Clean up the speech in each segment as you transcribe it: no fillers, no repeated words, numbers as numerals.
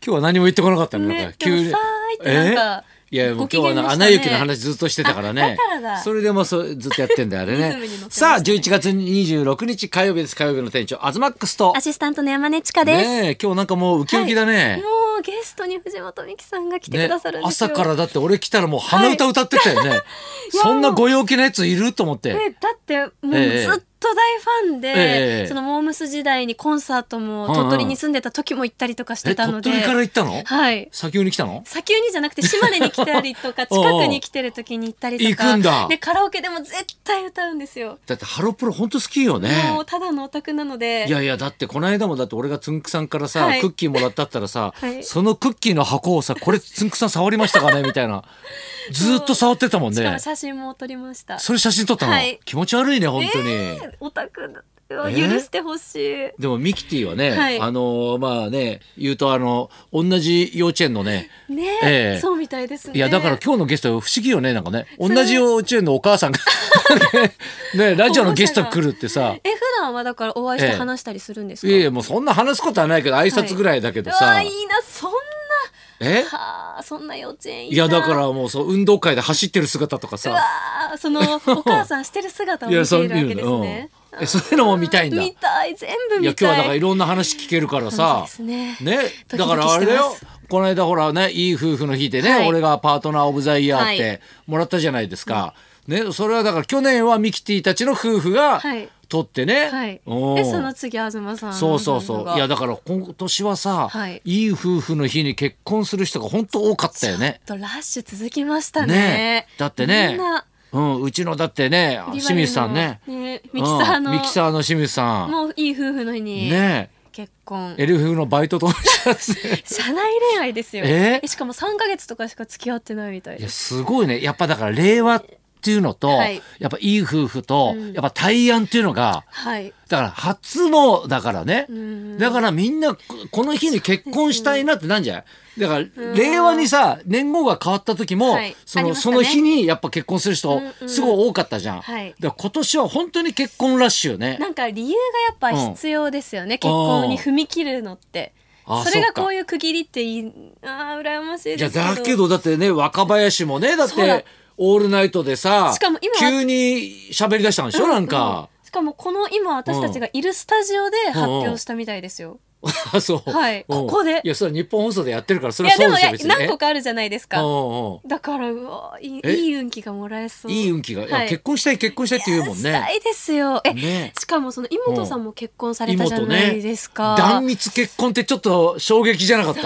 日は何も言ってこなかったの、なんかでもさーいってなんか、 いやもう今日はご機嫌でしたねアナ雪の話ずっとしてたからね。 だからだそれでもずっとやってんだよあれリズムねに乗ってましたねさあ11月26日火曜日です。火曜日の店長アズマックスとアシスタントの山根千佳です。 ねえ今日なんかもうウキウキだね、 もうゲストに藤本美貴さんが来てくださるんですよ。 朝からだって俺来たらもう鼻歌歌ってたよね、そんなご陽気なやついると思って、 だってもうずっと大ファンで、そのモームス時代にコンサートも鳥取に住んでた時も行ったりとかしてたので、 鳥取から行ったの？ はい。 砂丘に来たの？ 砂丘にじゃなくて島根に来たりとか近くに来てる時に行ったりとか行くんだ。 でカラオケでも絶対歌うんですよ。 だってハロプロ本当好きよね。 もうただのオタクなので。 いやいやだってこの間もだって俺がつんくさんからさ、 はいクッキーもらったったらさ、 はいそのクッキーの箱をさこれつんくさん触りましたかねみたいなずっと触ってたもんしかもね。 写真も撮りました。 それ写真撮ったの、 はい気持ち悪いね本当に、 オタクは許してほしい。 でもミキティはね、 はいまあね言うと同じ幼稚園のねね、 ええそうみたいですね。 いやだから今日のゲスト不思議よねなんかね同じ幼稚園のお母さんがねラジオのゲスト来るってさ、 普段はだからお会いして話したりするんですか？ いやいやもうそんな話すことはないけど挨拶ぐらいだけどさ、 うわいいなそんなそんな幼稚園いやだからもうそう運動会で走ってる姿とかさ、 そのお母さんしてる姿を見ているわけですね。 そういうのも見たいんだ。 見たい全部見たい。 いや今日はだからいろんな話聞けるからさ、 ねだからあれだよこの間ほらねいい夫婦の日でね、俺がパートナーオブザイヤーってもらったじゃないですか、ね、それはだから去年はミキティたちの夫婦が撮ってね、 その次東さんそういやだから今年はさ、いい夫婦の日に結婚する人が本当多かったよね。 ちょっとラッシュ続きましたね。 だってねうちのだってね清水さんねミキサーの清水さんもういい夫婦の日に結婚、 エルフのバイトと社内恋愛ですよ。しかも3ヶ月とかしか付き合ってないみたいです。 いやすごいねやっぱだから令和っていうのと、やっぱいい夫婦と、やっぱ大安っていうのが、だから初のだからね、だからみんなこの日に結婚したいなってなんじゃないだから令和にさ年号が変わった時も、その日にやっぱ結婚する人すごい多かったじゃん、だから今年は本当に結婚ラッシュね。 なんか理由がやっぱ必要ですよね、結婚に踏み切るのって。それがこういう区切りっていい羨ましいですけど。 だけどだってね若林もねだってオールナイトでさしかも今急に喋り出したんでしょ、なんか、 しかもこの今私たちがいるスタジオで発表したみたいですよ。 そう、 ここで。 いやそれは日本放送でやってるからそれはそうですよ。 いやでも何個かあるじゃないですか。だからいい運気がもらえそう。 いい運気が、結婚したいって言うもんね。 したいですよ。しかもその妹さんも結婚されたじゃないですか。 断蜜結婚ってちょっと衝撃じゃなかった？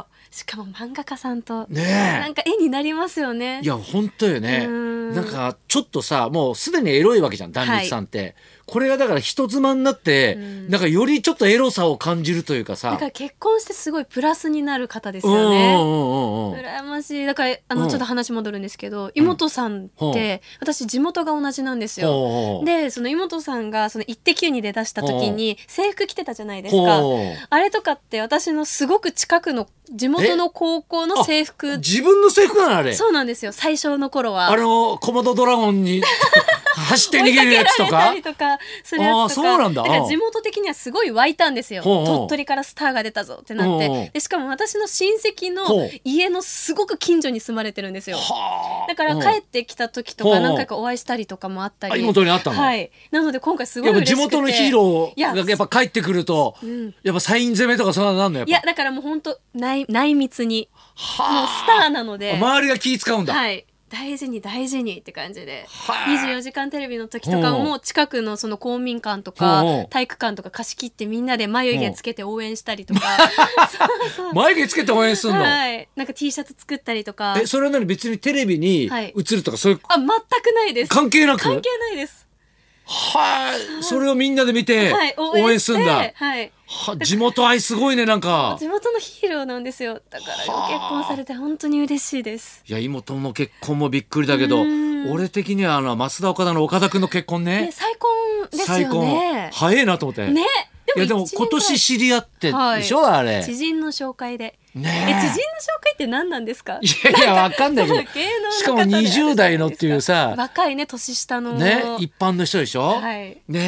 しかも漫画家さんとなんか絵になりますよね。 いや本当よね。なんかちょっとさもうすでにエロいわけじゃん壇蜜さんって、これがだから人妻になって、なんかよりちょっとエロさを感じるというかさ、 だから結婚してすごいプラスになる方ですよね。羨ましい。だからちょっと話戻るんですけど、妹さんって私地元が同じなんですよ。でその妹さんがそのイッテ Q に出した時に制服着てたじゃないですか。あれとかって私のすごく近くの地元の高校の制服。 自分の制服なのあれ？ そうなんですよ。最初の頃はコモドドラゴンに走って逃げるやつとかするやつとか。 そうなんだ。 だから地元的にはすごい湧いたんですよ。鳥取からスターが出たぞってなって。でしかも私の親戚の家のすごく近所に住まれてるんですよ。だから帰ってきた時とか何回かお会いしたりとかもあったり。 妹に会ったの？ はい。なので今回すごい嬉しくて。 地元のヒーローがやっぱ帰ってくると、やっぱサイン攻めとかそんなのなんのやっぱ。 いやだからもう本当内密にもうスターなので。 周りが気使うんだ。 はい。大事にって感じで24時間テレビの時とかも近くのその公民館とか体育館とか貸し切ってみんなで眉毛つけて応援したりとか眉毛つけて応援するの？ はい。なんか T シャツ作ったりとか。 それは何別にテレビに映るとかそういう全くないです。 関係なく？ 関係ないです。 それをみんなで見て応援するんだ。地元愛すごいね。なんか地元のヒーローなんですよ。だからご結婚されて本当に嬉しいです。 いや妹の結婚もびっくりだけど、俺的には増田岡田の岡田君の結婚ね、 再婚ですよね。 早いなと思ってね。いやでも今年知り合ってでしょ、あれ知人の紹介で。知人の紹介って何なんですか？ いやわかんないけど、しかも20代のっていうさ若いね年下のね一般の人でしょ。ね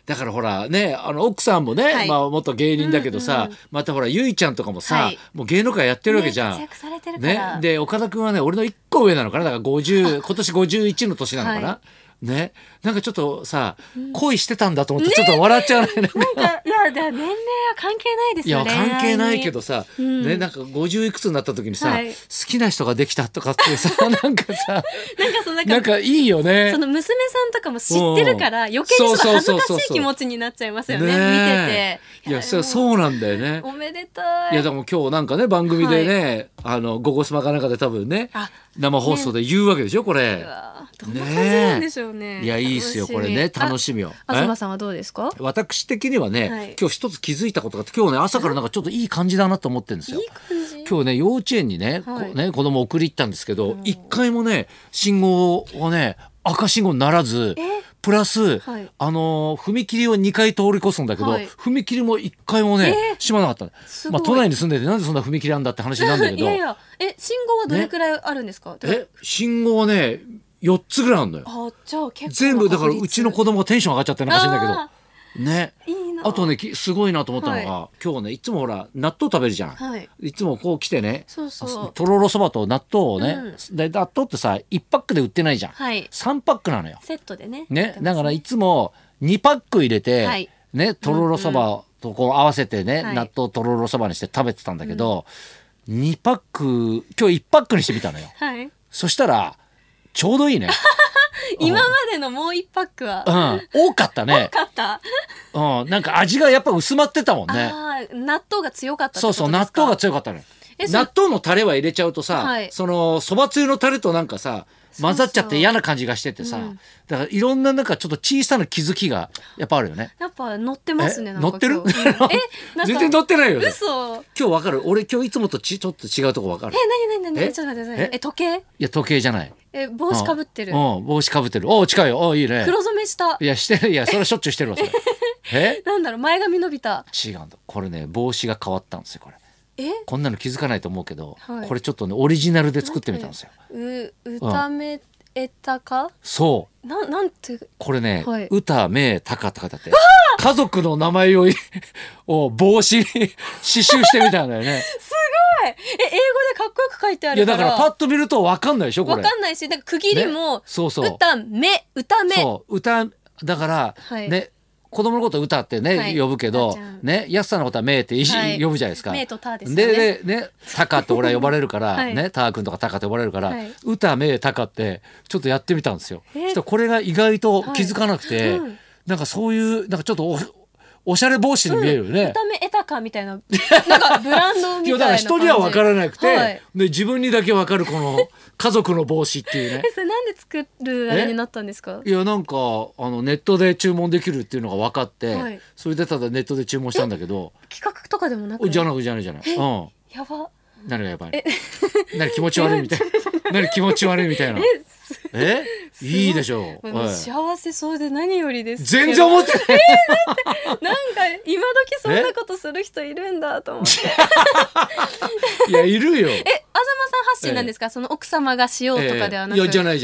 だからほらね、奥さんもね、 はい、 まあ元芸人だけどさ、またほらゆいちゃんとかもさ、もう芸能界やってるわけじゃん。 活躍されてるから。 ね、で岡田君はね俺の1個上なのかな、だから50今年51の年なのかな。ね、なんかちょっとさ、恋してたんだと思ってちょっと笑っちゃうね。 なんかいや年齢は関係ないですよね。 いや関係ないけどさ、ね、なんか50いくつになった時にさ、好きな人ができたとかってさなんかさなんかいいよね。 その娘さんとかも知ってるから余計にその恥ずかしい気持ちになっちゃいますよね、見てて。いやそうなんだよね。 おめでたい。 いやでも今日なんかね番組でね、午後スマかなんかで多分ね生放送で言うわけでしょこれ。 どんな感じなんでしょうね。 いやいいっすよこれね、楽しみよ。 東さんはどうですか？ 私的にはね、今日一つ気づいたことがあって、今日ね朝からなんかちょっといい感じだなと思ってるんですよ。今日ね幼稚園にね、子供送り行ったんですけど、一回もね信号をね赤信号にならず、プラス、踏切を2回通り越すんだけど、踏切も1回もね閉まなかった。まあ都内に住んでてなんでそんな踏切なんだって話なんだけどいや信号はどれくらいあるんですか？ 信号はね4つぐらいあるのよ。 じゃあ結構全部だからうちの子供がテンション上がっちゃってなんか知んだけどね。あとねすごいなと思ったのが、今日ねいつもほら納豆食べるじゃん、いつもこう来てね、とろろそばと納豆をね、で納豆ってさ1パックで売ってないじゃん、3パックなのよセットでね。 だからいつも2パック入れて、ねとろろそばとこう合わせてね、納豆とろろそばにして食べてたんだけど、2パック今日1パックにしてみたのよ、そしたらちょうどいいね今までのもう1パックは、 多かったね。 多かった。 なんか味がやっぱ薄まってたもんね。 納豆が強かったってことですか？そう納豆が強かったね。納豆のタレは入れちゃうとさ、そのそばつゆのタレとなんかさ混ざっちゃって嫌な感じがしててさ、だからいろんななんかちょっと小さな気づきがやっぱあるよね。 やっぱ乗ってますね。 乗ってる？全然乗ってないよね。 嘘。 今日わかる？俺今日いつもとちょっと違うとこわかる？ 何ちょっと待ってください。時計？ いや時計じゃない。 帽子かぶってる。 帽子かぶってる。近いよ。いいね。 黒染めした。 いやしてる。いやそれしょっちゅうしてるわそれ。 なんだろう、前髪伸びた。 違うんだ。これね帽子が変わったんですよこれ。こんなの気づかないと思うけど、これちょっとねオリジナルで作ってみたんですよ。 歌めたか？ そう。 なんてこれね、歌めたかって書いてあって、家族の名前を帽子に刺繍してみたんだよね。 すごい。英語でかっこよく書いてあるから。 いやだからパッと見ると分かんないでしょこれ。 分かんないし、だから区切りも歌め。 そう歌だからね。子供のこと歌ってね、呼ぶけどね、安さんのことはめいって呼ぶじゃないですか。 めいとたですよね。 でね、たかって俺は呼ばれるからね、たーくんとかたかって呼ばれるから、歌めいたかってちょっとやってみたんですよ。そしたらこれが意外と気づかなくて、なんかそういうなんかちょっとおしゃれ帽子に見えるよね。 歌めえたかみたいな、なんかブランドみたいな感じ。いやだから人には分からなくて、で自分にだけ分かるこの家族の帽子っていうね。 それなんで作るあれになったんですか？ いやなんかネットで注文できるっていうのが分かって、それでただネットで注文したんだけど。 企画とかでもなく？ じゃない。やば。何がやばい？何気持ち悪いみたいな。何気持ち悪いみたいな。いいでしょう。 幸せそうで何よりです。 全然思ってない。 なんか今時そんなことする人いるんだと思って。 いやいるよ。 東さん発信なんですか？その奥様がしようとかではなく。 いやじゃない。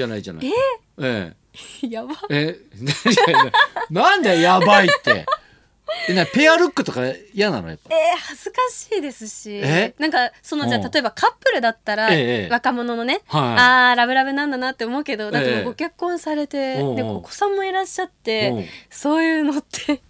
やば。 なんでやばいって。ペアルックとか嫌なのやっぱ。 恥ずかしいですし、なんかそのじゃあ例えばカップルだったら、若者のね、ラブラブなんだなって思うけど、だってもうご結婚されて、でお子さんもいらっしゃって、そういうのって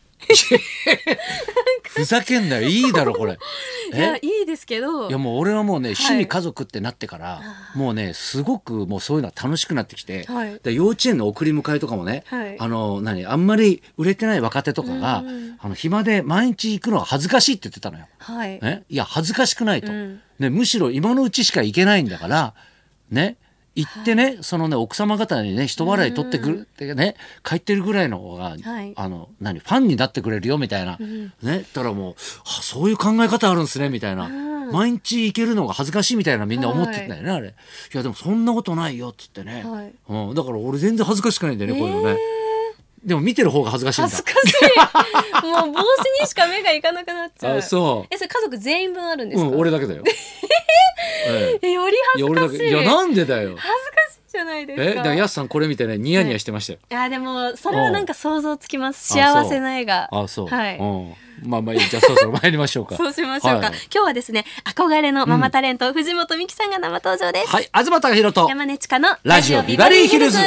ふざけんなよ、いいだろこれ。 いやいいですけど、 いやもう俺はもうね趣味家族ってなってから、もうねすごくもうそういうのは楽しくなってきて、で幼稚園の送り迎えとかもね、あんまり売れてない若手とかが、暇で毎日行くのは恥ずかしいって言ってたのよ。いや恥ずかしくないと、むしろ今のうちしか行けないんだからね、行ってね、そのね奥様方にね一笑い取ってくるってね、帰ってるぐらいの方が、ファンになってくれるよみたいな、ね、だからもうそういう考え方あるんですねみたいな、毎日行けるのが恥ずかしいみたいなみんな思ってたよね、あれ。いやでもそんなことないよっつってね、だから俺全然恥ずかしくないんだよね、こういうのね。でも見てる方が恥ずかしいんだ。 恥ずかしい。もう帽子にしか目がいかなくなっちゃう。 そう。 それ家族全員分あるんですか？ 俺だけだよ。 より恥ずかしい。 いやなんでだよ。 恥ずかしいじゃないないですか。 だからやすさんこれ見てねニヤニヤしてましたよ。 いやでもそれはなんか想像つきます。幸せな絵が。 そう。 はい。 まあじゃあそろそろ参りましょうか。 そうしましょうか。今日はですね憧れのママタレント、藤本美貴さんが生登場です。 はい、東貴博と山根千佳のラジオビバリーヒルズ。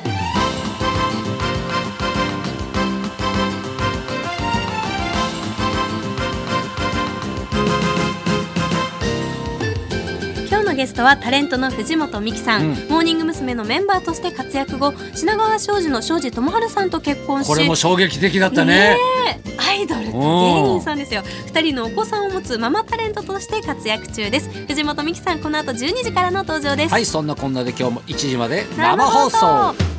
ゲストはタレントの藤本美貴さん、モーニング娘。のメンバーとして活躍後、品川庄司の庄司智春さんと結婚し、 これも衝撃的だったね。 アイドルと芸人さんですよ。2人のお子さんを持つママタレントとして活躍中です。藤本美貴さんこの後12時からの登場です。 はい、そんなこんなで今日も1時まで生放送。